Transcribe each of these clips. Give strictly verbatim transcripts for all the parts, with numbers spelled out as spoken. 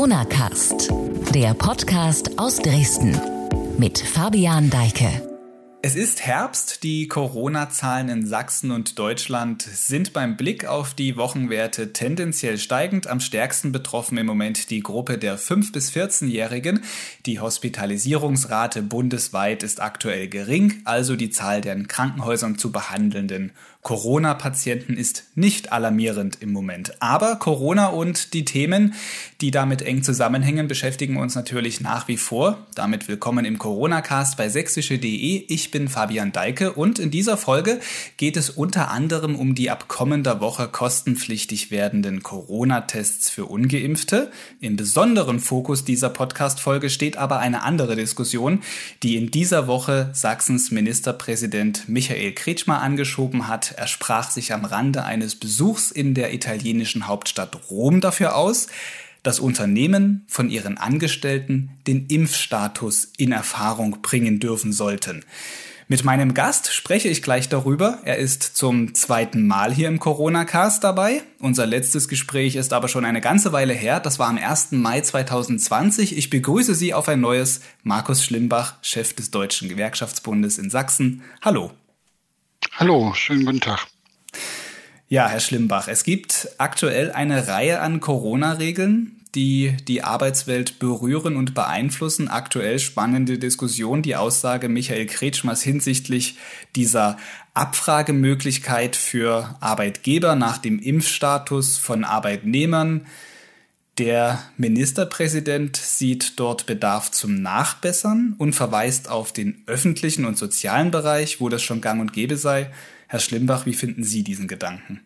Corona-Cast, der Podcast aus Dresden mit Fabian Deike. Es ist Herbst, die Corona-Zahlen in Sachsen und Deutschland sind beim Blick auf die Wochenwerte tendenziell steigend. Am stärksten betroffen im Moment die Gruppe der fünf- bis vierzehnjährigen. Die Hospitalisierungsrate bundesweit ist aktuell gering, also die Zahl der in Krankenhäusern zu behandelnden Corona-Patienten ist nicht alarmierend im Moment. Aber Corona und die Themen, die damit eng zusammenhängen, beschäftigen uns natürlich nach wie vor. Damit willkommen im Corona-Cast bei sächsische punkt de. Ich bin Fabian Deike und in dieser Folge geht es unter anderem um die ab kommender Woche kostenpflichtig werdenden Corona-Tests für Ungeimpfte. Im besonderen Fokus dieser Podcast-Folge steht aber eine andere Diskussion, die in dieser Woche Sachsens Ministerpräsident Michael Kretschmer angeschoben hat. Er sprach sich am Rande eines Besuchs in der italienischen Hauptstadt Rom dafür aus, dass Unternehmen von ihren Angestellten den Impfstatus in Erfahrung bringen dürfen sollten. Mit meinem Gast spreche ich gleich darüber. Er ist zum zweiten Mal hier im Corona-Cast dabei. Unser letztes Gespräch ist aber schon eine ganze Weile her. Das war am ersten Mai zweitausendzwanzig. Ich begrüße Sie auf ein neues. Markus Schlimbach, Chef des Deutschen Gewerkschaftsbundes in Sachsen. Hallo. Hallo, schönen guten Tag. Ja, Herr Schlimbach, es gibt aktuell eine Reihe an Corona-Regeln, die die Arbeitswelt berühren und beeinflussen. Aktuell spannende Diskussion, die Aussage Michael Kretschmers hinsichtlich dieser Abfragemöglichkeit für Arbeitgeber nach dem Impfstatus von Arbeitnehmern. Der Ministerpräsident sieht dort Bedarf zum Nachbessern und verweist auf den öffentlichen und sozialen Bereich, wo das schon gang und gäbe sei. Herr Schlimbach, wie finden Sie diesen Gedanken?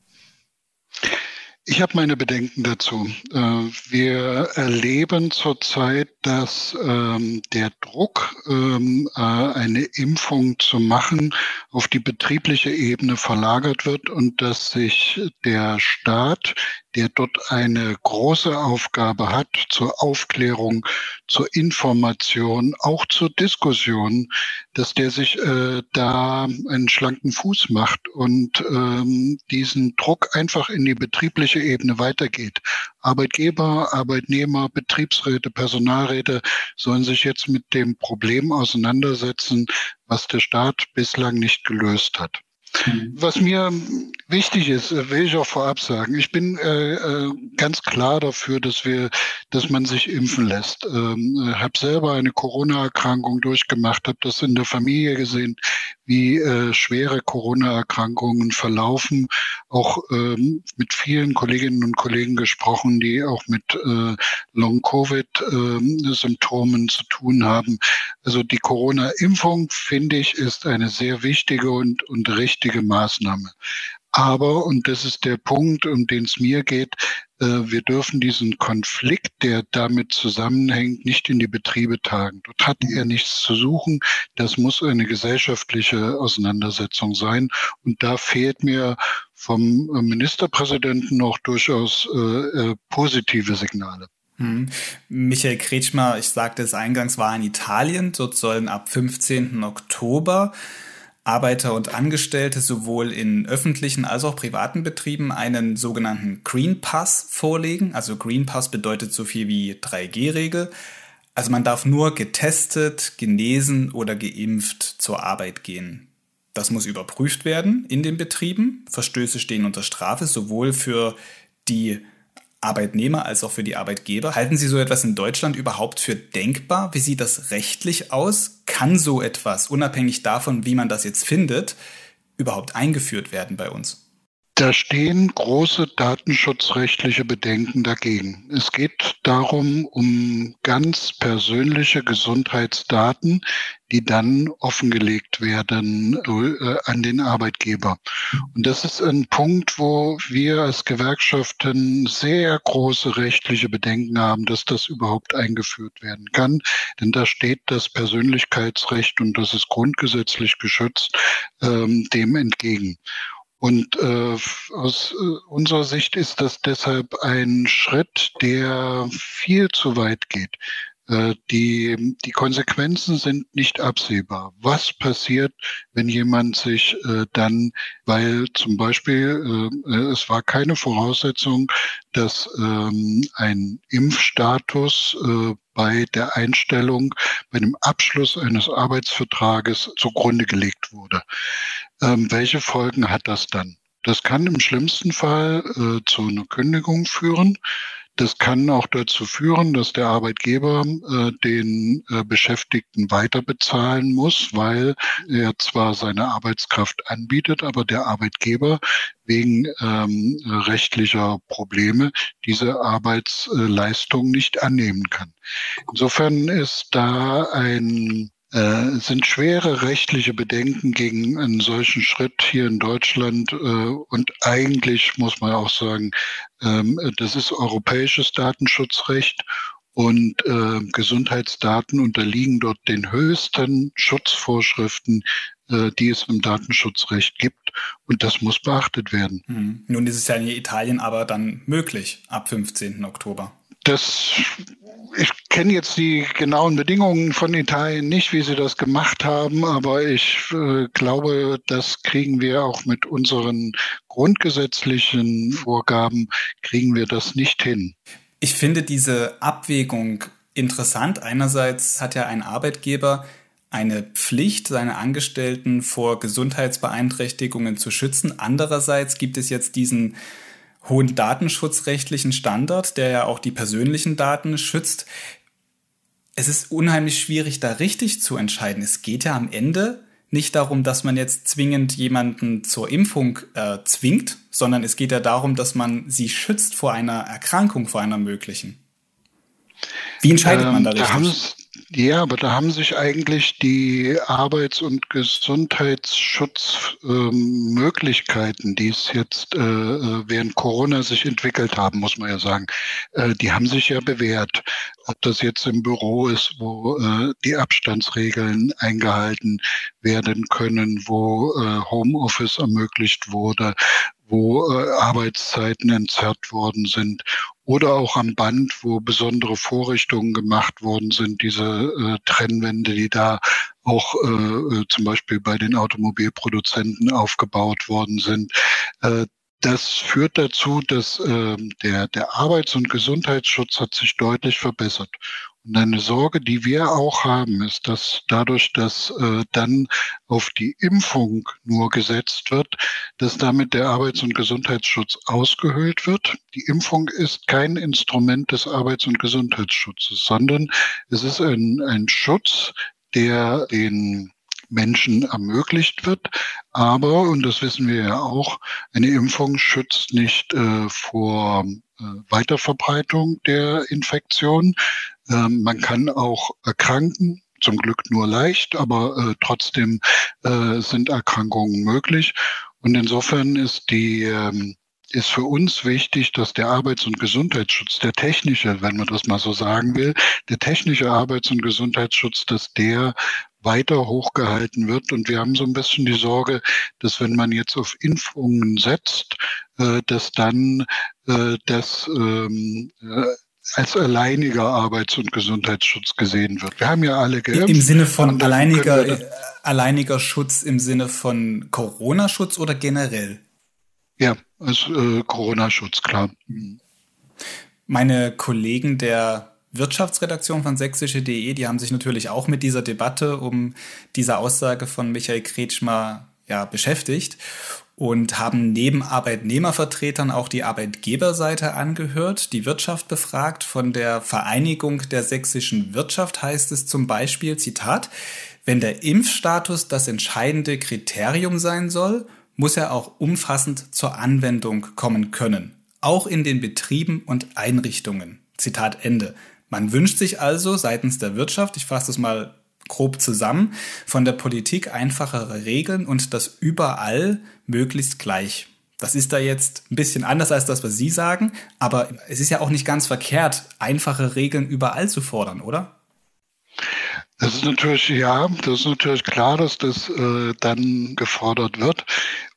Ich habe meine Bedenken dazu. Wir erleben zurzeit, dass der Druck, eine Impfung zu machen, auf die betriebliche Ebene verlagert wird und dass sich der Staat, der dort eine große Aufgabe hat, zur Aufklärung, zur Information, auch zur Diskussion, dass der sich äh, da einen schlanken Fuß macht und ähm, diesen Druck einfach in die betriebliche Ebene weitergeht. Arbeitgeber, Arbeitnehmer, Betriebsräte, Personalräte sollen sich jetzt mit dem Problem auseinandersetzen, was der Staat bislang nicht gelöst hat. Was mir wichtig ist, will ich auch vorab sagen. Ich bin äh, äh, ganz klar dafür, dass wir, dass man sich impfen lässt. Ähm, habe selber eine Corona-Erkrankung durchgemacht, habe das in der Familie gesehen, wie äh, schwere Corona-Erkrankungen verlaufen. Auch ähm, mit vielen Kolleginnen und Kollegen gesprochen, die auch mit äh, Long-Covid-Symptomen äh, zu tun haben. Also die Corona-Impfung, finde ich, ist eine sehr wichtige und, und richtige Maßnahme. Aber, und das ist der Punkt, um den es mir geht, äh, wir dürfen diesen Konflikt, der damit zusammenhängt, nicht in die Betriebe tragen. Dort hat er nichts zu suchen. Das muss eine gesellschaftliche Auseinandersetzung sein. Und da fehlt mir vom Ministerpräsidenten noch durchaus äh, äh, positive Signale. Hm. Michael Kretschmer, ich sagte es eingangs, war in Italien. Dort sollen ab fünfzehnten Oktober Arbeiter und Angestellte sowohl in öffentlichen als auch privaten Betrieben einen sogenannten Green Pass vorlegen. Also Green Pass bedeutet so viel wie drei G Regel. Also man darf nur getestet, genesen oder geimpft zur Arbeit gehen. Das muss überprüft werden in den Betrieben. Verstöße stehen unter Strafe, sowohl für die Arbeitnehmer als auch für die Arbeitgeber. Halten Sie so etwas in Deutschland überhaupt für denkbar? Wie sieht das rechtlich aus? Kann so etwas, unabhängig davon, wie man das jetzt findet, überhaupt eingeführt werden bei uns? Da stehen große datenschutzrechtliche Bedenken dagegen. Es geht darum, um ganz persönliche Gesundheitsdaten, die dann offengelegt werden äh, an den Arbeitgeber. Und das ist ein Punkt, wo wir als Gewerkschaften sehr große rechtliche Bedenken haben, dass das überhaupt eingeführt werden kann. Denn da steht das Persönlichkeitsrecht, und das ist grundgesetzlich geschützt, ähm, dem entgegen. Und äh, aus äh, unserer Sicht ist das deshalb ein Schritt, der viel zu weit geht. Äh, die, die Konsequenzen sind nicht absehbar. Was passiert, wenn jemand sich äh, dann, weil zum Beispiel äh, es war keine Voraussetzung, dass ähm, ein Impfstatus äh, bei der Einstellung, bei dem Abschluss eines Arbeitsvertrages zugrunde gelegt wurde. Ähm, welche Folgen hat das dann? Das kann im schlimmsten Fall äh, zu einer Kündigung führen. Das kann auch dazu führen, dass der Arbeitgeber äh, den äh, Beschäftigten weiter bezahlen muss, weil er zwar seine Arbeitskraft anbietet, aber der Arbeitgeber wegen ähm, rechtlicher Probleme diese Arbeitsleistung nicht annehmen kann. Insofern ist da ein Äh, sind schwere rechtliche Bedenken gegen einen solchen Schritt hier in Deutschland. Äh, und eigentlich muss man auch sagen, ähm, das ist europäisches Datenschutzrecht und äh, Gesundheitsdaten unterliegen dort den höchsten Schutzvorschriften, äh, die es im Datenschutzrecht gibt. Und das muss beachtet werden. Hm. Nun ist es ja in Italien aber dann möglich ab fünfzehnten Oktober. Das, ich kenne jetzt die genauen Bedingungen von Italien nicht, wie sie das gemacht haben, aber ich äh, glaube, das kriegen wir auch mit unseren grundgesetzlichen Vorgaben, kriegen wir das nicht hin. Ich finde diese Abwägung interessant. Einerseits hat ja ein Arbeitgeber eine Pflicht, seine Angestellten vor Gesundheitsbeeinträchtigungen zu schützen. Andererseits gibt es jetzt diesen hohen datenschutzrechtlichen Standard, der ja auch die persönlichen Daten schützt. Es ist unheimlich schwierig, da richtig zu entscheiden. Es geht ja am Ende nicht darum, dass man jetzt zwingend jemanden zur Impfung äh, zwingt, sondern es geht ja darum, dass man sie schützt vor einer Erkrankung, vor einer möglichen. Wie entscheidet man da ähm, richtig? Da ja, aber da haben sich eigentlich die Arbeits- und Gesundheitsschutzmöglichkeiten, ähm, die es jetzt äh, während Corona sich entwickelt haben, muss man ja sagen, äh, die haben sich ja bewährt. Ob das jetzt im Büro ist, wo äh, die Abstandsregeln eingehalten werden können, wo äh, Homeoffice ermöglicht wurde, wo äh, Arbeitszeiten entzerrt worden sind oder auch am Band, wo besondere Vorrichtungen gemacht worden sind, diese äh, Trennwände, die da auch äh, zum Beispiel bei den Automobilproduzenten aufgebaut worden sind. Äh, Das führt dazu, dass äh, der, der Arbeits- und Gesundheitsschutz hat sich deutlich verbessert. Und eine Sorge, die wir auch haben, ist, dass dadurch, dass äh, dann auf die Impfung nur gesetzt wird, dass damit der Arbeits- und Gesundheitsschutz ausgehöhlt wird. Die Impfung ist kein Instrument des Arbeits- und Gesundheitsschutzes, sondern es ist ein, ein Schutz, der den Menschen ermöglicht wird. Aber, und das wissen wir ja auch, eine Impfung schützt nicht äh, vor äh, Weiterverbreitung der Infektion. Ähm, man kann auch erkranken, zum Glück nur leicht, aber äh, trotzdem äh, sind Erkrankungen möglich. Und insofern ist die ähm, ist für uns wichtig, dass der Arbeits- und Gesundheitsschutz, der technische, wenn man das mal so sagen will, der technische Arbeits- und Gesundheitsschutz, dass der weiter hochgehalten wird. Und wir haben so ein bisschen die Sorge, dass wenn man jetzt auf Impfungen setzt, äh, dass dann äh, das ähm, äh, als alleiniger Arbeits- und Gesundheitsschutz gesehen wird. Wir haben ja alle geimpft. Im Sinne von alleiniger, äh, alleiniger Schutz im Sinne von Corona-Schutz oder generell? Ja, als äh, Corona-Schutz, klar. Mhm. Meine Kollegen der Wirtschaftsredaktion von sächsische punkt de, die haben sich natürlich auch mit dieser Debatte um diese Aussage von Michael Kretschmer ja, beschäftigt und haben neben Arbeitnehmervertretern auch die Arbeitgeberseite angehört, die Wirtschaft befragt. Von der Vereinigung der sächsischen Wirtschaft heißt es zum Beispiel, Zitat, wenn der Impfstatus das entscheidende Kriterium sein soll, muss er auch umfassend zur Anwendung kommen können, auch in den Betrieben und Einrichtungen. Zitat Ende. Man wünscht sich also seitens der Wirtschaft, ich fasse das mal grob zusammen, von der Politik einfachere Regeln und das überall möglichst gleich. Das ist da jetzt ein bisschen anders als das, was Sie sagen, aber es ist ja auch nicht ganz verkehrt, einfache Regeln überall zu fordern, oder? Das ist natürlich, ja, das ist natürlich klar, dass das äh, dann gefordert wird.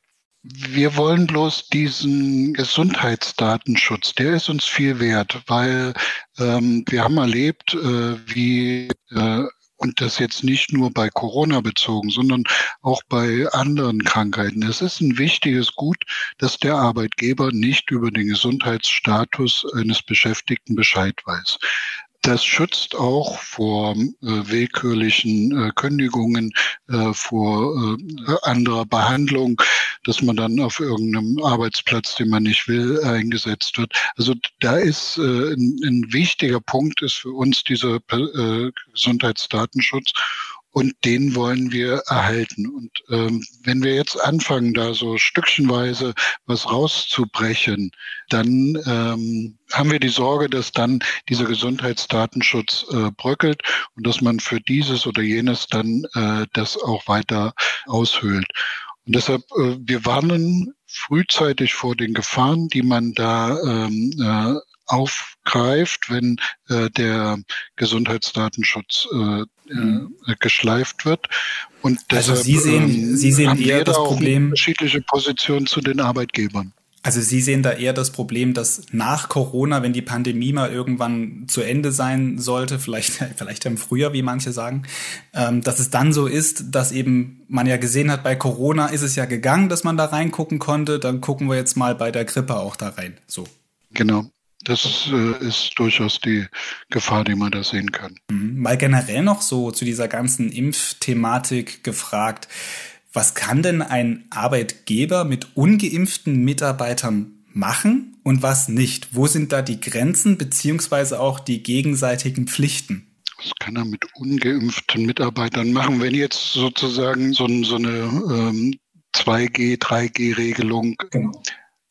Wir wollen bloß diesen Gesundheitsdatenschutz, der ist uns viel wert, weil ähm, wir haben erlebt, äh, wie äh, und das jetzt nicht nur bei Corona bezogen, sondern auch bei anderen Krankheiten. Es ist ein wichtiges Gut, dass der Arbeitgeber nicht über den Gesundheitsstatus eines Beschäftigten Bescheid weiß. Das schützt auch vor äh, willkürlichen äh, Kündigungen, äh, vor äh, anderer Behandlung, dass man dann auf irgendeinem Arbeitsplatz, den man nicht will, eingesetzt wird. Also da ist äh, ein, ein wichtiger Punkt ist für uns dieser äh, Gesundheitsdatenschutz. Und den wollen wir erhalten. Und ähm, wenn wir jetzt anfangen, da so stückchenweise was rauszubrechen, dann ähm, haben wir die Sorge, dass dann dieser Gesundheitsdatenschutz äh, bröckelt und dass man für dieses oder jenes dann äh, das auch weiter aushöhlt. Und deshalb, äh, wir warnen frühzeitig vor den Gefahren, die man da ähm, äh, aufgreift, wenn äh, der Gesundheitsdatenschutz äh, äh, geschleift wird. Und also deshalb Sie sehen, ähm, Sie sehen haben eher wir das da auch Problem, unterschiedliche Positionen zu den Arbeitgebern. Also Sie sehen da eher das Problem, dass nach Corona, wenn die Pandemie mal irgendwann zu Ende sein sollte, vielleicht, vielleicht im Frühjahr, wie manche sagen, ähm, dass es dann so ist, dass eben man ja gesehen hat, bei Corona ist es ja gegangen, dass man da reingucken konnte, dann gucken wir jetzt mal bei der Grippe auch da rein. So. Genau. Das äh, ist durchaus die Gefahr, die man da sehen kann. Mhm. Mal generell noch so zu dieser ganzen Impfthematik gefragt. Was kann denn ein Arbeitgeber mit ungeimpften Mitarbeitern machen und was nicht? Wo sind da die Grenzen beziehungsweise auch die gegenseitigen Pflichten? Was kann er mit ungeimpften Mitarbeitern machen, wenn jetzt sozusagen so, so eine ähm, zwei G, drei G-Regelung... Genau.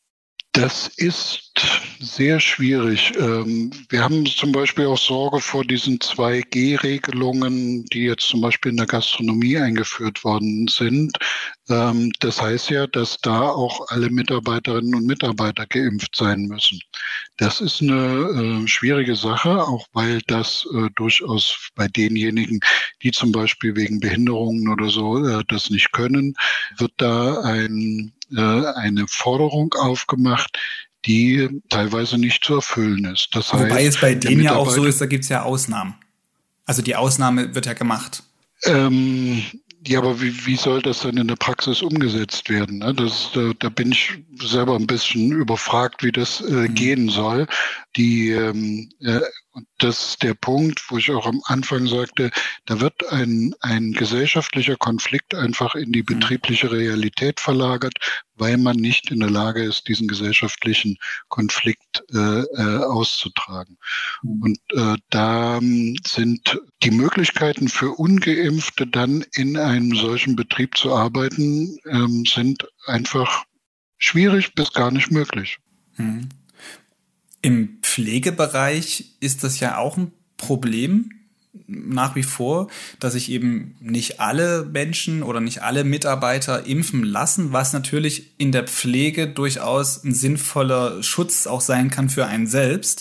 Das ist sehr schwierig. Wir haben zum Beispiel auch Sorge vor diesen zwei G Regelungen, die jetzt zum Beispiel in der Gastronomie eingeführt worden sind. Das heißt ja, dass da auch alle Mitarbeiterinnen und Mitarbeiter geimpft sein müssen. Das ist eine schwierige Sache, auch weil das durchaus bei denjenigen, die zum Beispiel wegen Behinderungen oder so das nicht können, wird da ein eine Forderung aufgemacht, die teilweise nicht zu erfüllen ist. Das Wobei heißt, es bei denen ja auch so ist, da gibt es ja Ausnahmen. Also die Ausnahme wird ja gemacht. Ähm, ja, aber wie, wie soll das dann in der Praxis umgesetzt werden? Ne? Das, da, da bin ich selber ein bisschen überfragt, wie das äh, mhm. gehen soll. Die, ähm, äh, das ist der Punkt, wo ich auch am Anfang sagte, da wird ein, ein gesellschaftlicher Konflikt einfach in die betriebliche Realität verlagert, weil man nicht in der Lage ist, diesen gesellschaftlichen Konflikt äh, äh, auszutragen. Mhm. Und äh, da sind die Möglichkeiten für Ungeimpfte dann in einem solchen Betrieb zu arbeiten, ähm, sind einfach schwierig bis gar nicht möglich. Mhm. Im Pflegebereich ist das ja auch ein Problem nach wie vor, dass sich eben nicht alle Menschen oder nicht alle Mitarbeiter impfen lassen, was natürlich in der Pflege durchaus ein sinnvoller Schutz auch sein kann für einen selbst.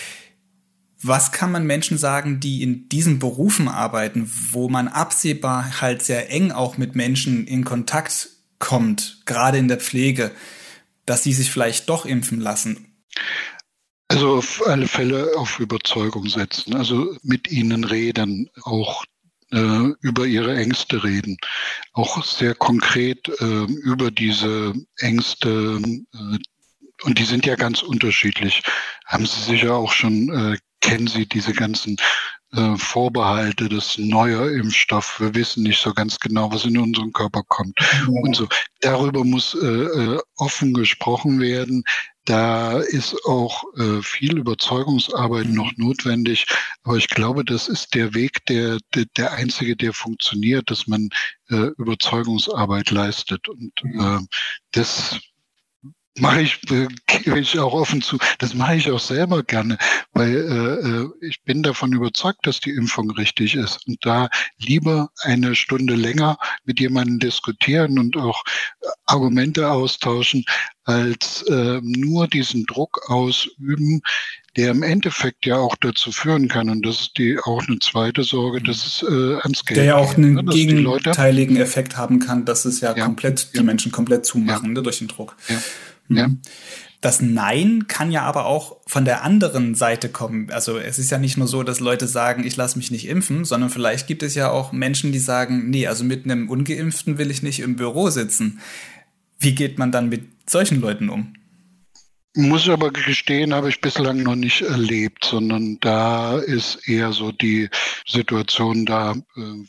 Was kann man Menschen sagen, die in diesen Berufen arbeiten, wo man absehbar halt sehr eng auch mit Menschen in Kontakt kommt, gerade in der Pflege, dass sie sich vielleicht doch impfen lassen? Also auf alle Fälle auf Überzeugung setzen, also mit ihnen reden, auch äh, über ihre Ängste reden, auch sehr konkret äh, über diese Ängste, äh, und die sind ja ganz unterschiedlich. Haben Sie sicher auch schon, äh, kennen Sie diese ganzen äh, Vorbehalte, das neue Impfstoff, wir wissen nicht so ganz genau, was in unseren Körper kommt. Ja. Und so. Darüber muss äh, äh, offen gesprochen werden. Da ist auch äh, viel Überzeugungsarbeit mhm. noch notwendig. Aber ich glaube, das ist der Weg, der, der, der einzige, der funktioniert, dass man äh, Überzeugungsarbeit leistet. Und mhm. äh, das mache ich, äh, gebe ich auch offen zu, das mache ich auch selber gerne, weil äh, ich bin davon überzeugt, dass die Impfung richtig ist. Und da lieber eine Stunde länger mit jemandem diskutieren und auch Argumente austauschen, als äh, nur diesen Druck ausüben, der im Endeffekt ja auch dazu führen kann, und das ist die auch eine zweite Sorge, dass es äh, ans Geld Der ja auch geht, einen ne? Dass die Leute, gegenteiligen Effekt haben kann, dass es ja, ja, komplett die ja, Menschen komplett zumachen, ja, ne, durch den Druck. ja, Mhm. ja. Das Nein kann ja aber auch von der anderen Seite kommen. Also es ist ja nicht nur so, dass Leute sagen, ich lasse mich nicht impfen, sondern vielleicht gibt es ja auch Menschen, die sagen, nee, also mit einem Ungeimpften will ich nicht im Büro sitzen. Wie geht man dann mit solchen Leuten um? Muss ich aber gestehen, habe ich bislang noch nicht erlebt, sondern da ist eher so die Situation da, äh,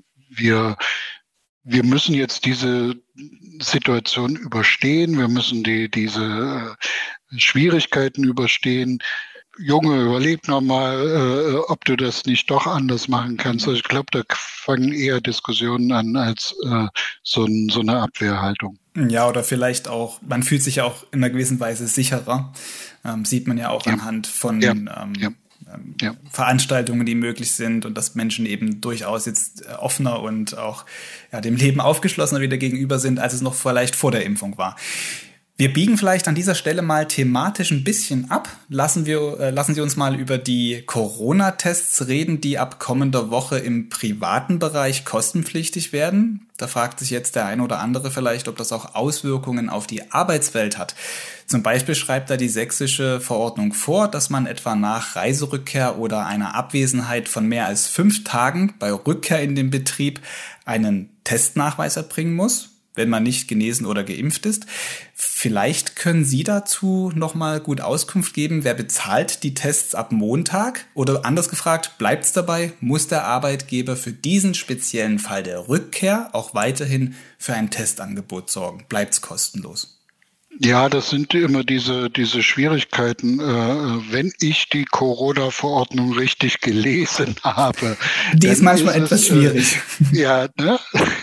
wir Wir müssen jetzt diese Situation überstehen. Wir müssen die, diese äh, Schwierigkeiten überstehen. Junge, überleg noch mal, äh, ob du das nicht doch anders machen kannst. Also ich glaube, da fangen eher Diskussionen an als äh, so, ein, so eine Abwehrhaltung. Ja, oder vielleicht auch, man fühlt sich ja auch in einer gewissen Weise sicherer. Ähm, sieht man ja auch Ja. anhand von Ja. ähm, Ja. ähm, Ja. Veranstaltungen, die möglich sind und dass Menschen eben durchaus jetzt offener und auch ja, dem Leben aufgeschlossener wieder gegenüber sind, als es noch vielleicht vor der Impfung war. Wir biegen vielleicht an dieser Stelle mal thematisch ein bisschen ab. Lassen wir, äh, lassen Sie uns mal über die Corona-Tests reden, die ab kommender Woche im privaten Bereich kostenpflichtig werden. Da fragt sich jetzt der eine oder andere vielleicht, ob das auch Auswirkungen auf die Arbeitswelt hat. Zum Beispiel schreibt da die sächsische Verordnung vor, dass man etwa nach Reiserückkehr oder einer Abwesenheit von mehr als fünf Tagen bei Rückkehr in den Betrieb einen Testnachweis erbringen muss, wenn man nicht genesen oder geimpft ist. Vielleicht können Sie dazu nochmal gut Auskunft geben. Wer bezahlt die Tests ab Montag? Oder anders gefragt, bleibt es dabei? Muss der Arbeitgeber für diesen speziellen Fall der Rückkehr auch weiterhin für ein Testangebot sorgen? Bleibt es kostenlos? Ja, das sind immer diese, diese Schwierigkeiten. Äh, wenn ich die Corona-Verordnung richtig gelesen habe. Die ist manchmal ist etwas es, schwierig. Äh, ja, ne?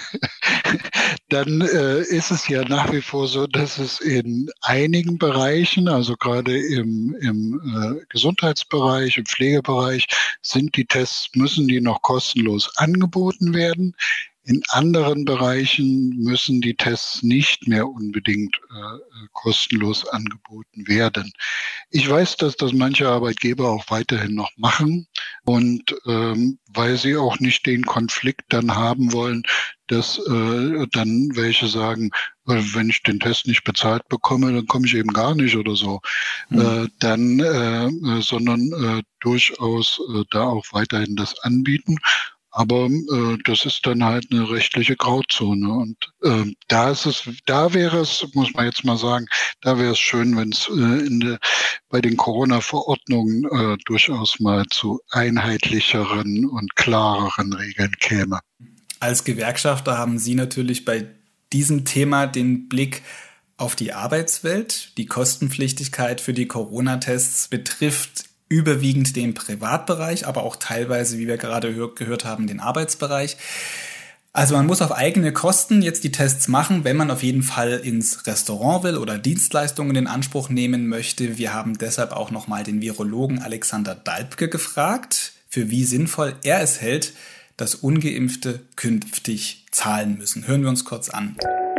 Dann äh, ist es ja nach wie vor so, dass es in einigen Bereichen, also gerade im, im äh, Gesundheitsbereich, im Pflegebereich, sind die Tests, müssen die noch kostenlos angeboten werden. In anderen Bereichen müssen die Tests nicht mehr unbedingt äh, kostenlos angeboten werden. Ich weiß, dass das manche Arbeitgeber auch weiterhin noch machen und ähm, weil sie auch nicht den Konflikt dann haben wollen, dass äh, dann welche sagen, wenn ich den Test nicht bezahlt bekomme, dann komme ich eben gar nicht oder so. Mhm. Äh, dann, äh, sondern äh, durchaus äh, da auch weiterhin das anbieten. Aber äh, das ist dann halt eine rechtliche Grauzone. Und äh, da ist es, da wäre es, muss man jetzt mal sagen, da wäre es schön, wenn es äh, in der, bei den Corona-Verordnungen äh, durchaus mal zu einheitlicheren und klareren Regeln käme. Als Gewerkschafter haben Sie natürlich bei diesem Thema den Blick auf die Arbeitswelt. Die Kostenpflichtigkeit für die Corona-Tests betrifft überwiegend den Privatbereich, aber auch teilweise, wie wir gerade gehört haben, den Arbeitsbereich. Also man muss auf eigene Kosten jetzt die Tests machen, wenn man auf jeden Fall ins Restaurant will oder Dienstleistungen in Anspruch nehmen möchte. Wir haben deshalb auch nochmal den Virologen Alexander Dalbke gefragt, für wie sinnvoll er es hält, dass Ungeimpfte künftig zahlen müssen. Hören wir uns kurz an.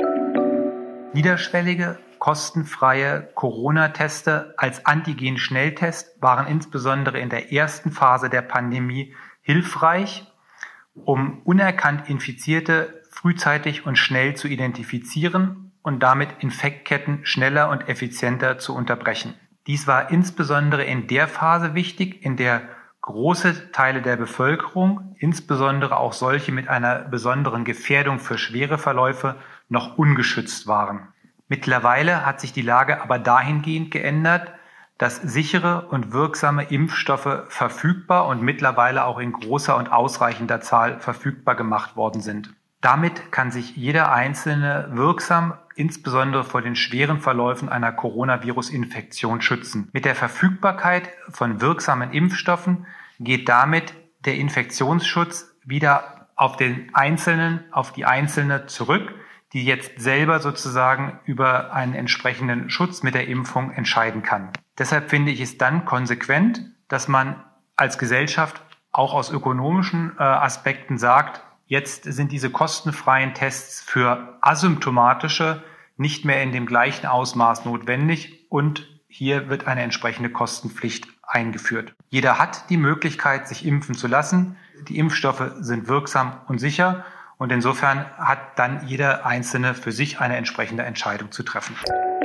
Niederschwellige, kostenfreie Corona-Teste als Antigen-Schnelltest waren insbesondere in der ersten Phase der Pandemie hilfreich, um unerkannt Infizierte frühzeitig und schnell zu identifizieren und damit Infektketten schneller und effizienter zu unterbrechen. Dies war insbesondere in der Phase wichtig, in der große Teile der Bevölkerung, insbesondere auch solche mit einer besonderen Gefährdung für schwere Verläufe, noch ungeschützt waren. Mittlerweile hat sich die Lage aber dahingehend geändert, dass sichere und wirksame Impfstoffe verfügbar und mittlerweile auch in großer und ausreichender Zahl verfügbar gemacht worden sind. Damit kann sich jeder Einzelne wirksam, insbesondere vor den schweren Verläufen einer Coronavirus-Infektion schützen. Mit der Verfügbarkeit von wirksamen Impfstoffen geht damit der Infektionsschutz wieder auf den Einzelnen, auf die Einzelne zurück, die jetzt selber sozusagen über einen entsprechenden Schutz mit der Impfung entscheiden kann. Deshalb finde ich es dann konsequent, dass man als Gesellschaft auch aus ökonomischen äh, Aspekten sagt, jetzt sind diese kostenfreien Tests für asymptomatische, nicht mehr in dem gleichen Ausmaß notwendig und hier wird eine entsprechende Kostenpflicht eingeführt. Jeder hat die Möglichkeit, sich impfen zu lassen. Die Impfstoffe sind wirksam und sicher und insofern hat dann jeder Einzelne für sich eine entsprechende Entscheidung zu treffen.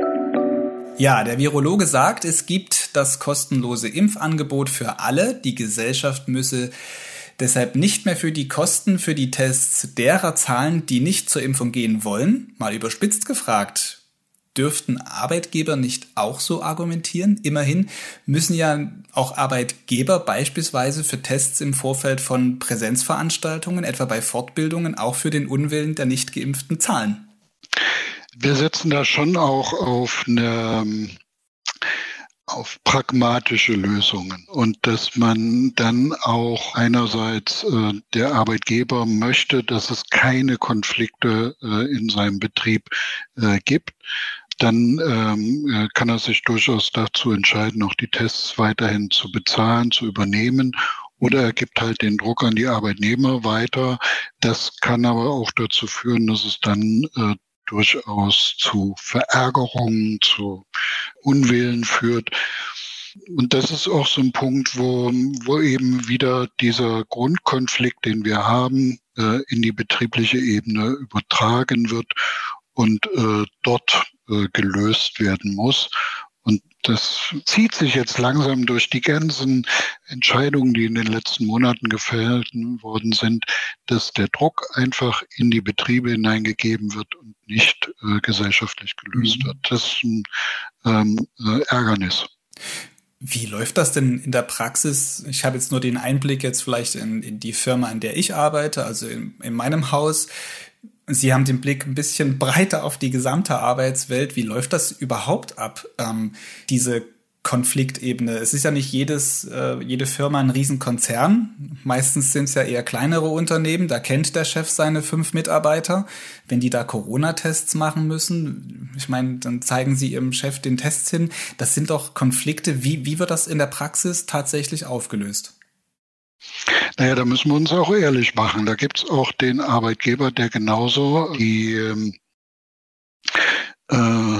Ja, der Virologe sagt, es gibt das kostenlose Impfangebot für alle. Die Gesellschaft müsse deshalb nicht mehr für die Kosten für die Tests derer zahlen, die nicht zur Impfung gehen wollen. Mal überspitzt gefragt. Dürften Arbeitgeber nicht auch so argumentieren? Immerhin müssen ja auch Arbeitgeber beispielsweise für Tests im Vorfeld von Präsenzveranstaltungen, etwa bei Fortbildungen, auch für den Unwillen der Nicht-Geimpften zahlen. Wir setzen da schon auch auf eine auf pragmatische Lösungen und dass man dann auch einerseits äh, der Arbeitgeber möchte, dass es keine Konflikte äh, in seinem Betrieb äh, gibt. Dann ähm, kann er sich durchaus dazu entscheiden, auch die Tests weiterhin zu bezahlen, zu übernehmen. Oder er gibt halt den Druck an die Arbeitnehmer weiter. Das kann aber auch dazu führen, dass es dann äh, durchaus zu Verärgerungen, zu Unwillen führt. Und das ist auch so ein Punkt, wo, wo eben wieder dieser Grundkonflikt, den wir haben, äh, in die betriebliche Ebene übertragen wird und äh, dort äh, gelöst werden muss. Und das zieht sich jetzt langsam durch die ganzen Entscheidungen, die in den letzten Monaten gefällt worden sind, dass der Druck einfach in die Betriebe hineingegeben wird und nicht äh, gesellschaftlich gelöst wird. Das ist ein ähm, äh, Ärgernis. Wie läuft das denn in der Praxis? Ich habe jetzt nur den Einblick jetzt vielleicht in, in die Firma, in der ich arbeite, also in, in meinem Haus. Sie haben den Blick ein bisschen breiter auf die gesamte Arbeitswelt. Wie läuft das überhaupt ab, ähm, diese Konfliktebene? Es ist ja nicht jedes, äh, jede Firma ein Riesenkonzern. Meistens sind es ja eher kleinere Unternehmen. Da kennt der Chef seine fünf Mitarbeiter. Wenn die da Corona-Tests machen müssen, ich meine, dann zeigen sie ihrem Chef den Tests hin. Das sind doch Konflikte. Wie, wie wird das in der Praxis tatsächlich aufgelöst? Naja, da müssen wir uns auch ehrlich machen. Da gibt's auch den Arbeitgeber, der genauso die äh,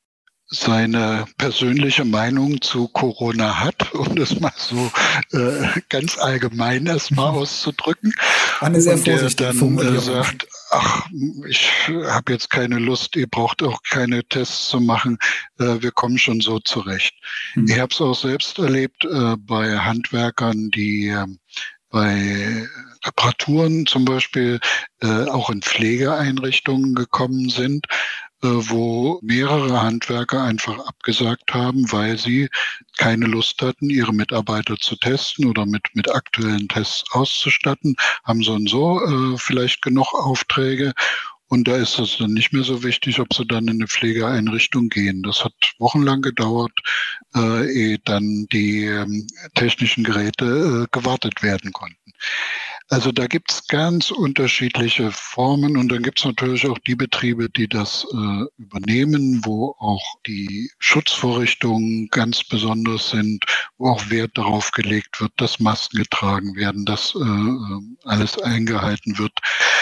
seine persönliche Meinung zu Corona hat, um das mal so äh, ganz allgemein erstmal auszudrücken. Eine sehr und der vorsichtige dann äh, sagt, ach, ich habe jetzt keine Lust, ihr braucht auch keine Tests zu machen, äh, wir kommen schon so zurecht. Hm. Ich habe es auch selbst erlebt äh, bei Handwerkern, die äh, bei Reparaturen zum Beispiel äh, auch in Pflegeeinrichtungen gekommen sind, äh, wo mehrere Handwerker einfach abgesagt haben, weil sie keine Lust hatten, ihre Mitarbeiter zu testen oder mit, mit aktuellen Tests auszustatten, haben so und so äh, vielleicht genug Aufträge. Und da ist es dann nicht mehr so wichtig, ob sie dann in eine Pflegeeinrichtung gehen. Das hat wochenlang gedauert, äh, ehe dann die ähm, technischen Geräte äh, gewartet werden konnten. Also da gibt's ganz unterschiedliche Formen und dann gibt's natürlich auch die Betriebe, die das äh, übernehmen, wo auch die Schutzvorrichtungen ganz besonders sind, wo auch Wert darauf gelegt wird, dass Masken getragen werden, dass äh, alles eingehalten wird.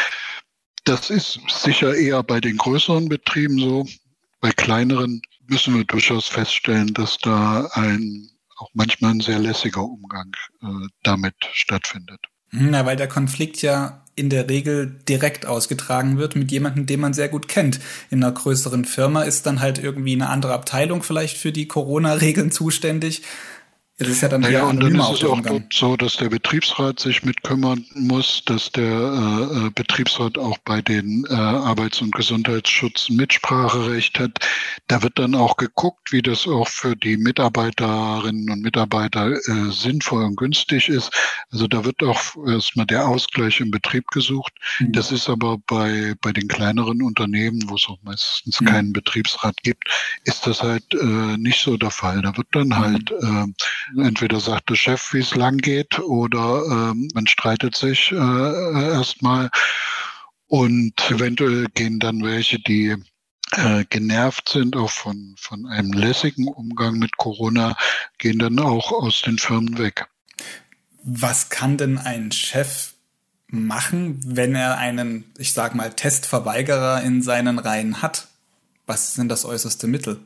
Das ist sicher eher bei den größeren Betrieben so. Bei kleineren müssen wir durchaus feststellen, dass da ein auch manchmal ein sehr lässiger Umgang äh, damit stattfindet. Na, weil der Konflikt ja in der Regel direkt ausgetragen wird mit jemandem, den man sehr gut kennt. In einer größeren Firma ist dann halt irgendwie eine andere Abteilung vielleicht für die Corona-Regeln zuständig. Das ist ja dann naja, und dann ist es auch Umgang. so, dass der Betriebsrat sich mit kümmern muss, dass der äh, Betriebsrat auch bei den äh, Arbeits- und Gesundheitsschutz Mitspracherecht hat. Da wird dann auch geguckt, wie das auch für die Mitarbeiterinnen und Mitarbeiter äh, sinnvoll und günstig ist. Also da wird auch erstmal der Ausgleich im Betrieb gesucht. Mhm. Das ist aber bei bei den kleineren Unternehmen, wo es auch meistens mhm. keinen Betriebsrat gibt, ist das halt äh, nicht so der Fall. Da wird dann mhm. halt äh, entweder sagt der Chef, wie es lang geht, oder ähm, man streitet sich äh, erstmal. Und eventuell gehen dann welche, die äh, genervt sind, auch von, von einem lässigen Umgang mit Corona, gehen dann auch aus den Firmen weg. Was kann denn ein Chef machen, wenn er einen, ich sag mal, Testverweigerer in seinen Reihen hat? Was ist denn das äußerste Mittel?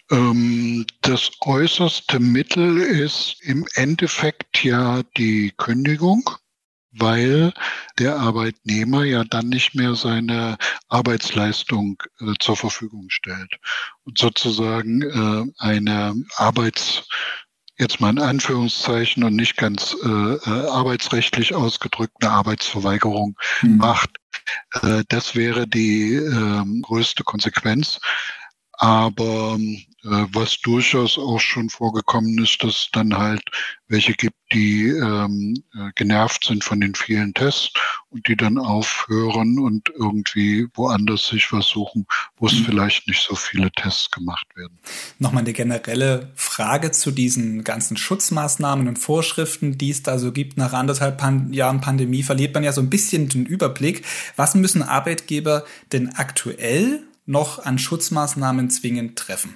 Das äußerste Mittel ist im Endeffekt ja die Kündigung, weil der Arbeitnehmer ja dann nicht mehr seine Arbeitsleistung äh, zur Verfügung stellt und sozusagen äh, eine Arbeits, jetzt mal in Anführungszeichen und nicht ganz äh, arbeitsrechtlich ausgedrückt, eine Arbeitsverweigerung mhm. macht. Äh, das wäre die äh, größte Konsequenz. Aber äh, was durchaus auch schon vorgekommen ist, dass es dann halt welche gibt, die ähm, genervt sind von den vielen Tests und die dann aufhören und irgendwie woanders sich was suchen, wo es mhm. vielleicht nicht so viele Tests gemacht werden. Nochmal eine generelle Frage zu diesen ganzen Schutzmaßnahmen und Vorschriften, die es da so gibt. Nach anderthalb Pan- Jahren Pandemie verliert man ja so ein bisschen den Überblick. Was müssen Arbeitgeber denn aktuell noch an Schutzmaßnahmen zwingend treffen?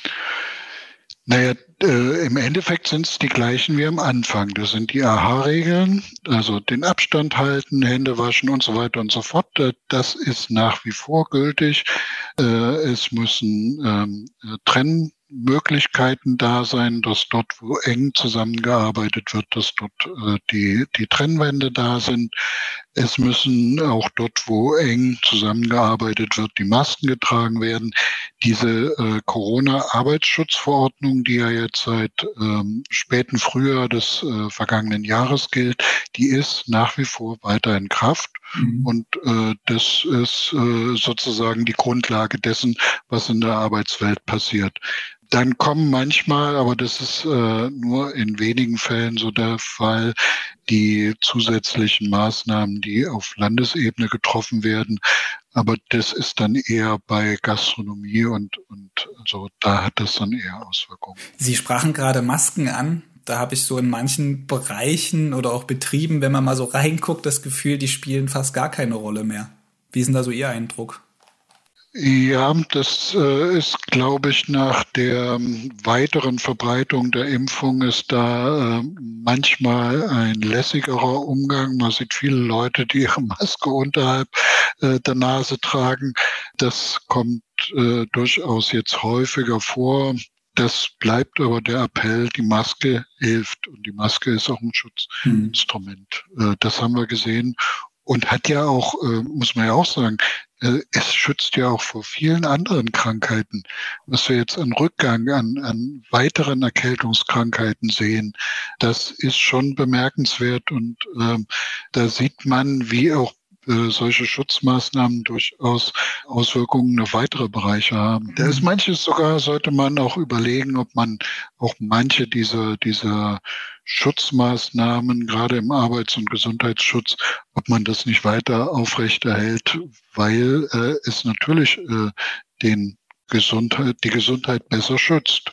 Naja, äh, im Endeffekt sind es die gleichen wie am Anfang. Das sind die A H-Regeln, also den Abstand halten, Hände waschen und so weiter und so fort. Das ist nach wie vor gültig. Äh, es müssen ähm, Trennmöglichkeiten da sein, dass dort, wo eng zusammengearbeitet wird, dass dort äh, die, die Trennwände da sind. Es müssen auch dort, wo eng zusammengearbeitet wird, die Masken getragen werden. Diese äh, Corona-Arbeitsschutzverordnung, die ja jetzt seit ähm, späten Frühjahr des äh, vergangenen Jahres gilt, die ist nach wie vor weiter in Kraft. Mhm. Und äh, das ist äh, sozusagen die Grundlage dessen, was in der Arbeitswelt passiert. Dann kommen manchmal, aber das ist äh, nur in wenigen Fällen so der Fall, die zusätzlichen Maßnahmen, die auf Landesebene getroffen werden. Aber das ist dann eher bei Gastronomie und, und so, da hat das dann eher Auswirkungen. Sie sprachen gerade Masken an. Da habe ich so in manchen Bereichen oder auch Betrieben, wenn man mal so reinguckt, das Gefühl, die spielen fast gar keine Rolle mehr. Wie ist denn da so Ihr Eindruck? Ja, das äh, ist, glaube ich, nach der ähm, weiteren Verbreitung der Impfung ist da äh, manchmal ein lässigerer Umgang. Man sieht viele Leute, die ihre Maske unterhalb äh, der Nase tragen. Das kommt äh, durchaus jetzt häufiger vor. Das bleibt aber der Appell, die Maske hilft und die Maske ist auch ein Schutzinstrument. Mhm. Äh, das haben wir gesehen. Und hat ja auch, äh, muss man ja auch sagen, äh, es schützt ja auch vor vielen anderen Krankheiten. Was wir jetzt an Rückgang, an, an weiteren Erkältungskrankheiten sehen, das ist schon bemerkenswert. Und ähm, da sieht man, wie auch äh, solche Schutzmaßnahmen durchaus Auswirkungen auf weitere Bereiche haben. Da ist manches sogar, sollte man auch überlegen, ob man auch manche dieser, dieser Schutzmaßnahmen, gerade im Arbeits- und Gesundheitsschutz, ob man das nicht weiter aufrechterhält, weil äh, es natürlich äh, den Gesundheit, die Gesundheit besser schützt.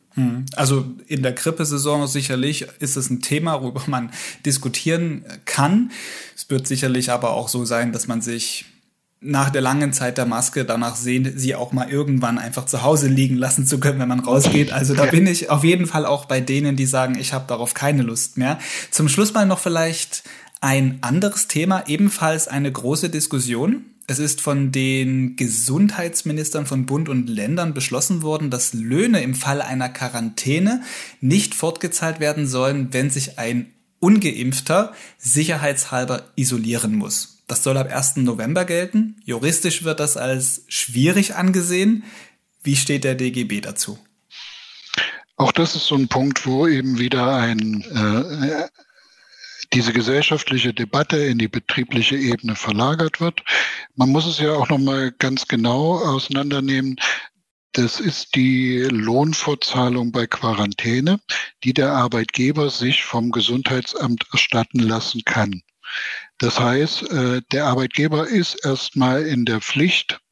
Also in der Grippesaison sicherlich ist es ein Thema, worüber man diskutieren kann. Es wird sicherlich aber auch so sein, dass man sich nach der langen Zeit der Maske danach sehnt, sie auch mal irgendwann einfach zu Hause liegen lassen zu können, wenn man rausgeht. Also da bin ich auf jeden Fall auch bei denen, die sagen, ich habe darauf keine Lust mehr. Zum Schluss mal noch vielleicht ein anderes Thema, ebenfalls eine große Diskussion. Es ist von den Gesundheitsministern von Bund und Ländern beschlossen worden, dass Löhne im Fall einer Quarantäne nicht fortgezahlt werden sollen, wenn sich ein Ungeimpfter sicherheitshalber isolieren muss. Das soll ab ersten November gelten. Juristisch wird das als schwierig angesehen. Wie steht der D G B dazu? Auch das ist so ein Punkt, wo eben wieder ein äh, diese gesellschaftliche Debatte in die betriebliche Ebene verlagert wird. Man muss es ja auch noch mal ganz genau auseinandernehmen. Das ist die Lohnfortzahlung bei Quarantäne, die der Arbeitgeber sich vom Gesundheitsamt erstatten lassen kann. Das heißt, der Arbeitgeber ist erstmal in der Pflicht,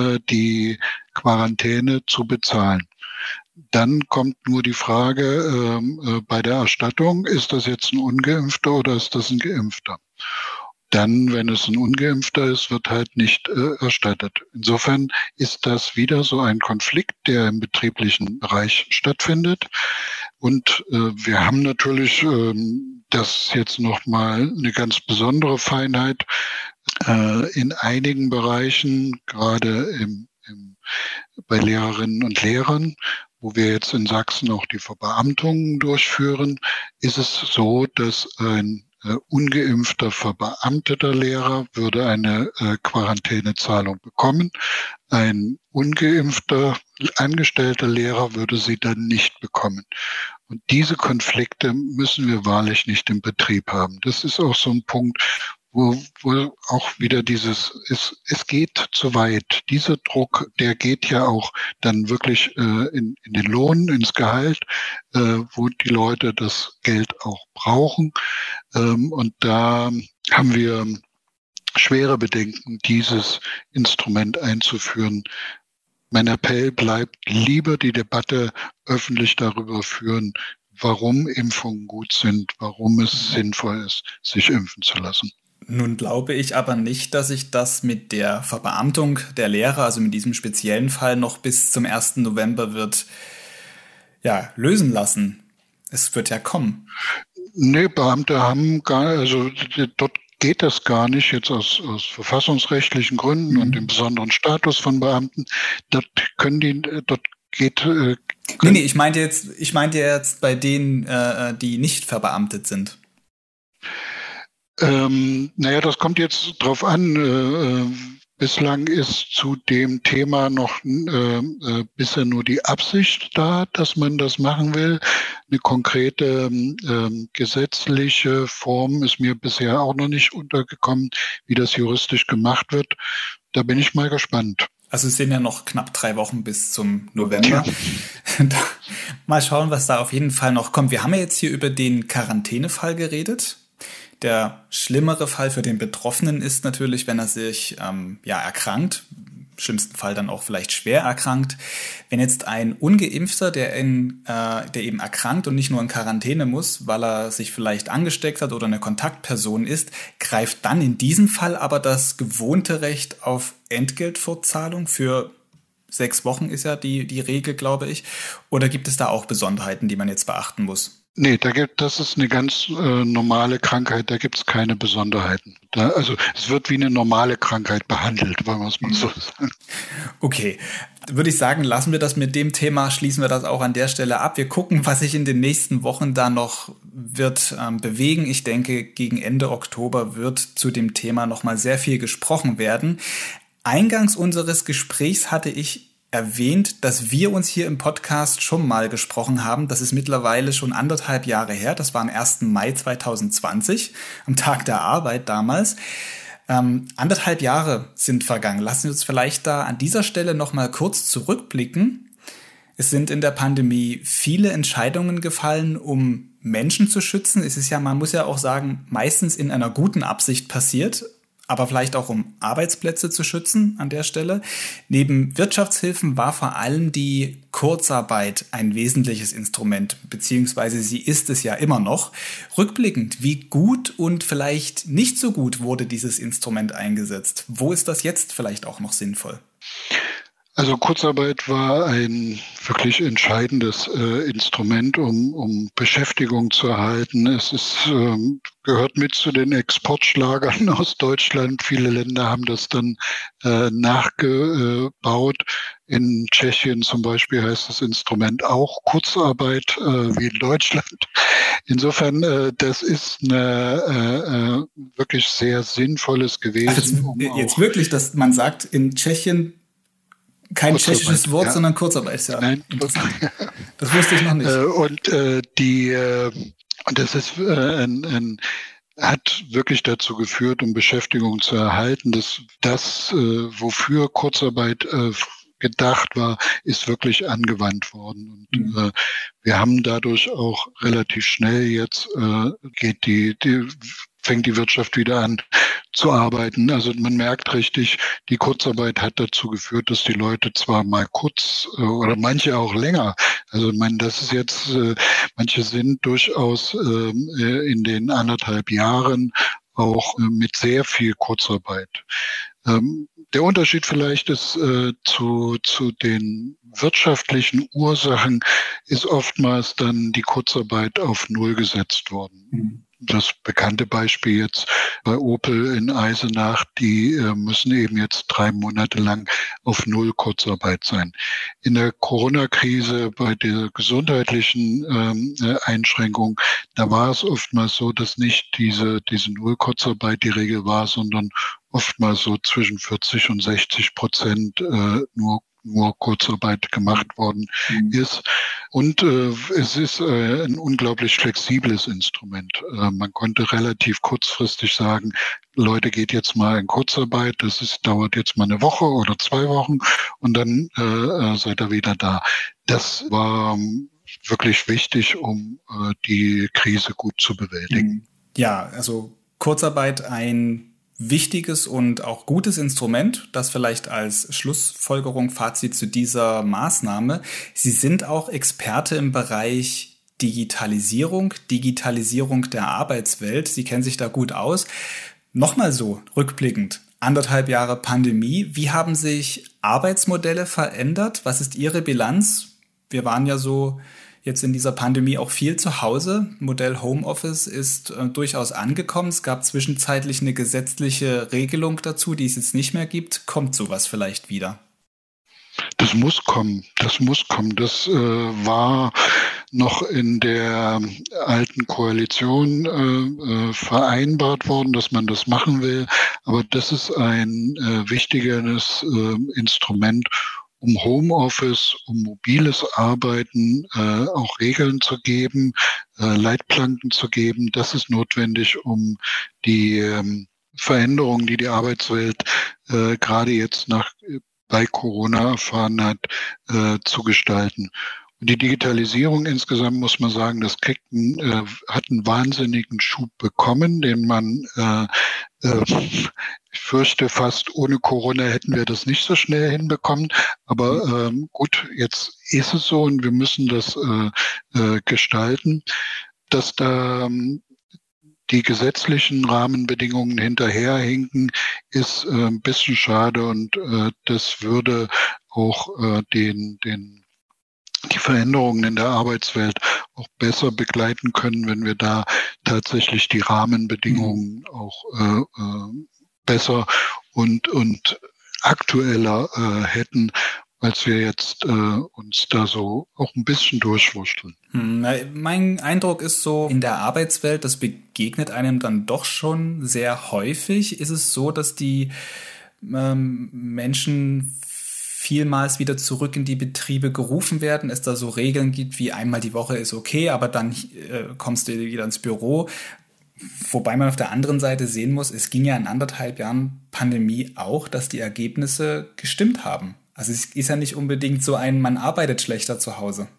die Quarantäne zu bezahlen. Dann kommt nur die Frage äh, bei der Erstattung, ist das jetzt ein Ungeimpfter oder ist das ein Geimpfter? Dann, wenn es ein Ungeimpfter ist, wird halt nicht äh, erstattet. Insofern ist das wieder so ein Konflikt, der im betrieblichen Bereich stattfindet. Und äh, wir haben natürlich, äh, das jetzt nochmal eine ganz besondere Feinheit, äh, in einigen Bereichen, gerade im im, bei Lehrerinnen und Lehrern, wo wir jetzt in Sachsen auch die Verbeamtungen durchführen, ist es so, dass ein äh, ungeimpfter verbeamteter Lehrer würde eine äh, Quarantänezahlung bekommen. Ein ungeimpfter angestellter Lehrer würde sie dann nicht bekommen. Und diese Konflikte müssen wir wahrlich nicht im Betrieb haben. Das ist auch so ein Punkt, wo, wo auch wieder dieses, es, es geht zu weit. Dieser Druck, der geht ja auch dann wirklich äh, in, in den Lohn, ins Gehalt, äh, wo die Leute das Geld auch brauchen. Ähm, und da haben wir schwere Bedenken, dieses Instrument einzuführen. Mein Appell bleibt, lieber die Debatte öffentlich darüber führen, warum Impfungen gut sind, warum es sinnvoll ist, sich impfen zu lassen. Nun glaube ich aber nicht, dass sich das mit der Verbeamtung der Lehrer, also mit diesem speziellen Fall, noch bis zum ersten November wird ja, lösen lassen. Es wird ja kommen. Nee, Beamte haben gar, also dort geht das gar nicht, jetzt aus, aus verfassungsrechtlichen Gründen mhm. und dem besonderen Status von Beamten. Dort können die, dort geht. Äh, nee, nee, ich meinte jetzt, ich meinte jetzt bei denen, äh, die nicht verbeamtet sind. Ähm, naja, das kommt jetzt drauf an. Äh, bislang ist zu dem Thema noch äh, äh, bisher nur die Absicht da, dass man das machen will. Eine konkrete äh, gesetzliche Form ist mir bisher auch noch nicht untergekommen, wie das juristisch gemacht wird. Da bin ich mal gespannt. Also es sind ja noch knapp drei Wochen bis zum November. Ja. Mal schauen, was da auf jeden Fall noch kommt. Wir haben ja jetzt hier über den Quarantänefall geredet. Der schlimmere Fall für den Betroffenen ist natürlich, wenn er sich ähm, ja erkrankt, im schlimmsten Fall dann auch vielleicht schwer erkrankt. Wenn jetzt ein Ungeimpfter, der, in, äh, der eben erkrankt und nicht nur in Quarantäne muss, weil er sich vielleicht angesteckt hat oder eine Kontaktperson ist, greift dann in diesem Fall aber das gewohnte Recht auf Entgeltfortzahlung für sechs Wochen ist ja die, die Regel, glaube ich. Oder gibt es da auch Besonderheiten, die man jetzt beachten muss? Nee, da gibt, das ist eine ganz äh, normale Krankheit, da gibt es keine Besonderheiten. Da, also es wird wie eine normale Krankheit behandelt, wollen wir es mal so sagen. Okay, würde ich sagen, lassen wir das mit dem Thema, schließen wir das auch an der Stelle ab. Wir gucken, was sich in den nächsten Wochen da noch wird ähm, bewegen. Ich denke, gegen Ende Oktober wird zu dem Thema nochmal sehr viel gesprochen werden. Eingangs unseres Gesprächs hatte ich erwähnt, dass wir uns hier im Podcast schon mal gesprochen haben. Das ist mittlerweile schon anderthalb Jahre her. Das war am ersten Mai zweitausendzwanzig, am Tag der Arbeit damals. Ähm, anderthalb Jahre sind vergangen. Lassen Sie uns vielleicht da an dieser Stelle noch mal kurz zurückblicken. Es sind in der Pandemie viele Entscheidungen gefallen, um Menschen zu schützen. Es ist ja, man muss ja auch sagen, meistens in einer guten Absicht passiert, aber vielleicht auch um Arbeitsplätze zu schützen an der Stelle. Neben Wirtschaftshilfen war vor allem die Kurzarbeit ein wesentliches Instrument, beziehungsweise sie ist es ja immer noch. Rückblickend, wie gut und vielleicht nicht so gut wurde dieses Instrument eingesetzt? Wo ist das jetzt vielleicht auch noch sinnvoll? Also Kurzarbeit war ein wirklich entscheidendes äh, Instrument, um, um Beschäftigung zu erhalten. Es ist, ähm, gehört mit zu den Exportschlagern aus Deutschland. Viele Länder haben das dann äh, nachgebaut. In Tschechien zum Beispiel heißt das Instrument auch Kurzarbeit, äh, wie in Deutschland. Insofern, äh, das ist eine äh, äh, wirklich sehr sinnvolles gewesen. Also um jetzt wirklich, dass man sagt, in Tschechien kein Kurzarbeit, tschechisches Wort, ja. sondern Kurzarbeit. Ja, Nein, das wusste ich noch nicht. Und äh, die, äh, das ist äh, ein, ein, hat wirklich dazu geführt, um Beschäftigung zu erhalten, dass das, äh, wofür Kurzarbeit äh, gedacht war, ist wirklich angewandt worden. Und mhm. äh, wir haben dadurch auch relativ schnell jetzt äh, geht die, die fängt die Wirtschaft wieder an zu arbeiten. Also man merkt richtig, die Kurzarbeit hat dazu geführt, dass die Leute zwar mal kurz äh, oder manche auch länger, also man, das ist jetzt, äh, manche sind durchaus äh, in den anderthalb Jahren auch äh, mit sehr viel Kurzarbeit. Ähm, der Unterschied vielleicht ist äh, zu, zu den wirtschaftlichen Ursachen ist oftmals dann die Kurzarbeit auf Null gesetzt worden. Mhm. das bekannte Beispiel jetzt bei Opel in Eisenach, die äh, müssen eben jetzt drei Monate lang auf Null Kurzarbeit sein. In der Corona-Krise, bei der gesundheitlichen ähm, Einschränkung, da war es oftmals so, dass nicht diese, diese Null Kurzarbeit die Regel war, sondern oftmals so zwischen vierzig und sechzig Prozent äh, nur nur Kurzarbeit gemacht worden mhm. ist. Und äh, es ist äh, ein unglaublich flexibles Instrument. Äh, man konnte relativ kurzfristig sagen, Leute, geht jetzt mal in Kurzarbeit, das ist, dauert jetzt mal eine Woche oder zwei Wochen und dann äh, seid ihr wieder da. Das war ähm, wirklich wichtig, um äh, die Krise gut zu bewältigen. Ja, also Kurzarbeit ein wichtiges und auch gutes Instrument, das vielleicht als Schlussfolgerung, Fazit zu dieser Maßnahme. Sie sind auch Experte im Bereich Digitalisierung, Digitalisierung der Arbeitswelt. Sie kennen sich da gut aus. Nochmal so, rückblickend, anderthalb Jahre Pandemie. Wie haben sich Arbeitsmodelle verändert? Was ist Ihre Bilanz? Wir waren ja so jetzt in dieser Pandemie auch viel zu Hause. Modell Homeoffice ist äh, durchaus angekommen. Es gab zwischenzeitlich eine gesetzliche Regelung dazu, die es jetzt nicht mehr gibt. Kommt sowas vielleicht wieder? Das muss kommen. Das muss kommen. Das äh, war noch in der alten Koalition äh, äh, vereinbart worden, dass man das machen will. Aber das ist ein äh, wichtiges äh, Instrument, um Homeoffice, um mobiles Arbeiten äh, auch Regeln zu geben, äh, Leitplanken zu geben. Das ist notwendig, um die ähm, Veränderungen, die die Arbeitswelt äh, gerade jetzt nach bei Corona erfahren hat, äh, zu gestalten. Und die Digitalisierung insgesamt, muss man sagen, das kriegt einen, äh, hat einen wahnsinnigen Schub bekommen, den man, äh, äh, ich fürchte, fast ohne Corona hätten wir das nicht so schnell hinbekommen. Aber ähm, gut, jetzt ist es so und wir müssen das äh, äh, gestalten, dass da ähm, die gesetzlichen Rahmenbedingungen hinterherhinken, ist äh, ein bisschen schade und äh, das würde auch äh, den, den die Veränderungen in der Arbeitswelt auch besser begleiten können, wenn wir da tatsächlich die Rahmenbedingungen auch äh, äh, besser und und aktueller äh, hätten, als wir jetzt äh, uns da so auch ein bisschen durchwurschteln. Hm, mein Eindruck ist so, in der Arbeitswelt, das begegnet einem dann doch schon sehr häufig. Ist es so, dass die ähm, Menschen vielmals wieder zurück in die Betriebe gerufen werden, es da so Regeln gibt, wie einmal die Woche ist okay, aber dann äh, kommst du wieder ins Büro. Wobei man auf der anderen Seite sehen muss, es ging ja in anderthalb Jahren Pandemie auch, dass die Ergebnisse gestimmt haben. Also es ist ja nicht unbedingt so ein, man arbeitet schlechter zu Hause.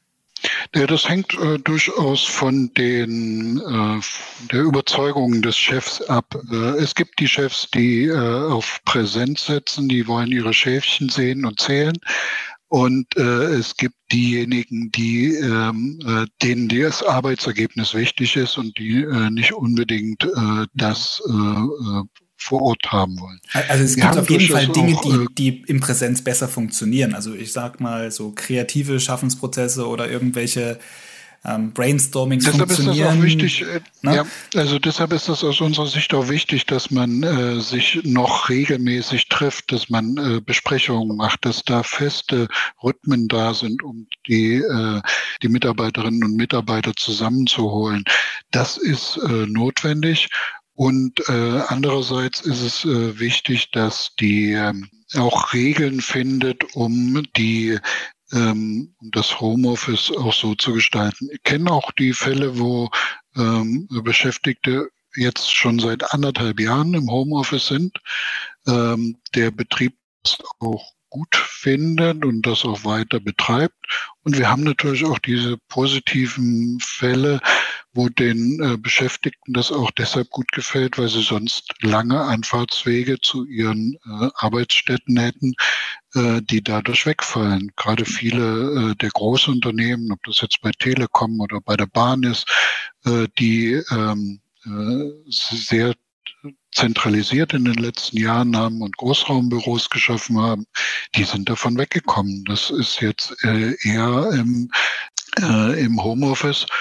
Ja, das hängt äh, durchaus von den äh, der Überzeugungen des Chefs ab. Äh, es gibt die Chefs, die äh, auf Präsenz setzen, die wollen ihre Schäfchen sehen und zählen. Und äh, es gibt diejenigen, die ähm, äh, denen das Arbeitsergebnis wichtig ist und die äh, nicht unbedingt äh, das äh, vor Ort haben wollen. Also es gibt auf jeden Fall Dinge, die, die im Präsenz besser funktionieren. Also ich sag mal so kreative Schaffensprozesse oder irgendwelche ähm, Brainstormings deshalb funktionieren. Deshalb ist das auch wichtig, äh, ja, also deshalb ist das aus unserer Sicht auch wichtig, dass man äh, sich noch regelmäßig trifft, dass man äh, Besprechungen macht, dass da feste Rhythmen da sind, um die, äh, die Mitarbeiterinnen und Mitarbeiter zusammenzuholen. Das ist äh, notwendig. Und äh, andererseits ist es äh, wichtig, dass die ähm, auch Regeln findet, um die ähm, um das Homeoffice auch so zu gestalten. Ich kenne auch die Fälle, wo ähm, Beschäftigte jetzt schon seit anderthalb Jahren im Homeoffice sind. Ähm, der Betrieb ist auch gut findet und das auch weiter betreibt. Und wir haben natürlich auch diese positiven Fälle, wo den äh, Beschäftigten das auch deshalb gut gefällt, weil sie sonst lange Anfahrtswege zu ihren äh, Arbeitsstätten hätten, äh, die dadurch wegfallen. Gerade viele äh, der Großunternehmen, ob das jetzt bei Telekom oder bei der Bahn ist, äh, die ähm, äh, sehr zentralisiert in den letzten Jahren haben und Großraumbüros geschaffen haben, die sind davon weggekommen. Das ist jetzt äh, eher im, äh, im Homeoffice.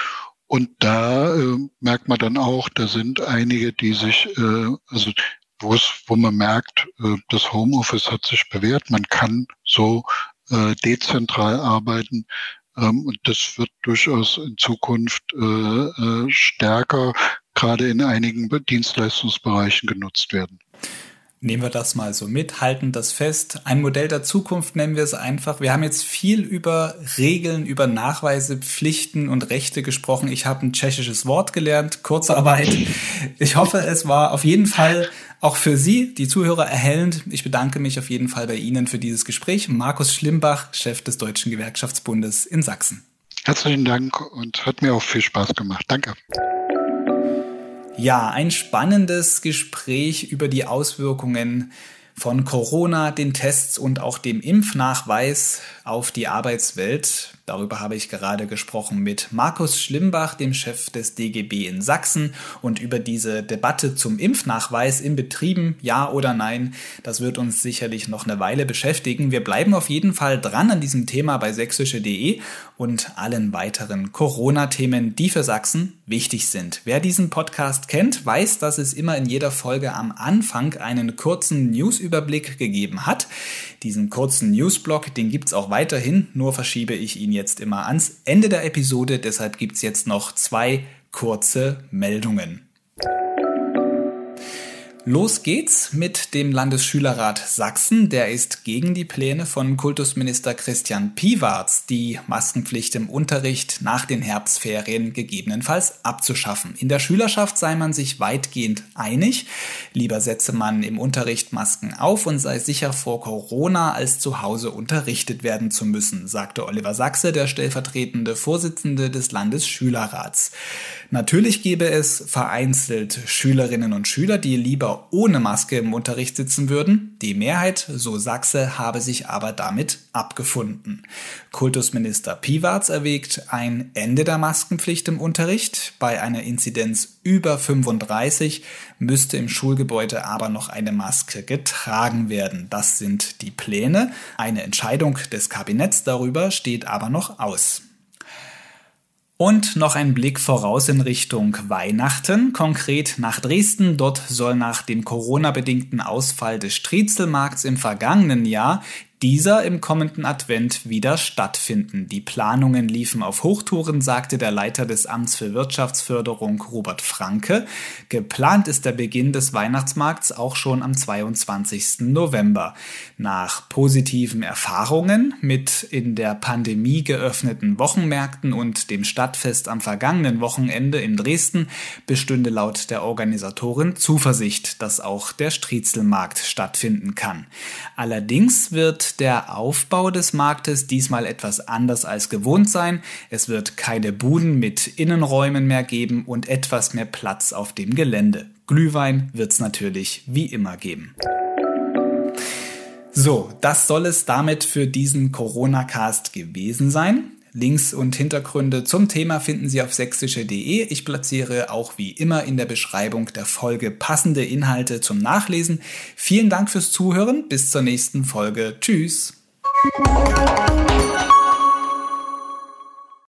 Und da äh, merkt man dann auch, da sind einige, die sich, äh, also wo es, wo man merkt, äh, das Homeoffice hat sich bewährt. Man kann so äh, dezentral arbeiten. Ähm, und das wird durchaus in Zukunft äh, äh, stärker, gerade in einigen Dienstleistungsbereichen genutzt werden. Nehmen wir das mal so mit, halten das fest. Ein Modell der Zukunft nennen wir es einfach. Wir haben jetzt viel über Regeln, über Nachweise, Pflichten und Rechte gesprochen. Ich habe ein tschechisches Wort gelernt, Kurzarbeit. Ich hoffe, es war auf jeden Fall auch für Sie, die Zuhörer, erhellend. Ich bedanke mich auf jeden Fall bei Ihnen für dieses Gespräch. Markus Schlimbach, Chef des Deutschen Gewerkschaftsbundes in Sachsen. Herzlichen Dank und hat mir auch viel Spaß gemacht. Danke. Ja, ein spannendes Gespräch über die Auswirkungen von Corona, den Tests und auch dem Impfnachweis auf die Arbeitswelt. Darüber habe ich gerade gesprochen mit Markus Schlimbach, dem Chef des D G B in Sachsen, und über diese Debatte zum Impfnachweis in Betrieben, ja oder nein, das wird uns sicherlich noch eine Weile beschäftigen. Wir bleiben auf jeden Fall dran an diesem Thema bei sächsische punkt de und allen weiteren Corona-Themen, die für Sachsen wichtig sind. Wer diesen Podcast kennt, weiß, dass es immer in jeder Folge am Anfang einen kurzen Newsüberblick gegeben hat. Diesen kurzen Newsblock, den gibt's auch weiterhin, nur verschiebe ich ihn jetzt immer ans Ende der Episode. Deshalb gibt's jetzt noch zwei kurze Meldungen. Los geht's mit dem Landesschülerrat Sachsen. Der ist gegen die Pläne von Kultusminister Christian Piwarz, die Maskenpflicht im Unterricht nach den Herbstferien gegebenenfalls abzuschaffen. In der Schülerschaft sei man sich weitgehend einig. Lieber setze man im Unterricht Masken auf und sei sicher vor Corona, als zu Hause unterrichtet werden zu müssen, sagte Oliver Sachse, der stellvertretende Vorsitzende des Landesschülerrats. Natürlich gäbe es vereinzelt Schülerinnen und Schüler, die lieber ohne Maske im Unterricht sitzen würden. Die Mehrheit, so Sachse, habe sich aber damit abgefunden. Kultusminister Piwarz erwägt ein Ende der Maskenpflicht im Unterricht. Bei einer Inzidenz über fünfunddreißig müsste im Schulgebäude aber noch eine Maske getragen werden. Das sind die Pläne. Eine Entscheidung des Kabinetts darüber steht aber noch aus. Und noch ein Blick voraus in Richtung Weihnachten, konkret nach Dresden. Dort soll nach dem Corona-bedingten Ausfall des Striezelmarkts im vergangenen Jahr dieser im kommenden Advent wieder stattfinden. Die Planungen liefen auf Hochtouren, sagte der Leiter des Amts für Wirtschaftsförderung Robert Franke. Geplant ist der Beginn des Weihnachtsmarkts auch schon am zweiundzwanzigsten November. Nach positiven Erfahrungen mit in der Pandemie geöffneten Wochenmärkten und dem Stadtfest am vergangenen Wochenende in Dresden bestünde laut der Organisatorin Zuversicht, dass auch der Striezelmarkt stattfinden kann. Allerdings wird der Aufbau des Marktes diesmal etwas anders als gewohnt sein. Es wird keine Buden mit Innenräumen mehr geben und etwas mehr Platz auf dem Gelände. Glühwein wird es natürlich wie immer geben. So, das soll es damit für diesen Corona-Cast gewesen sein. Links und Hintergründe zum Thema finden Sie auf sächsische punkt de. Ich platziere auch wie immer in der Beschreibung der Folge passende Inhalte zum Nachlesen. Vielen Dank fürs Zuhören. Bis zur nächsten Folge. Tschüss.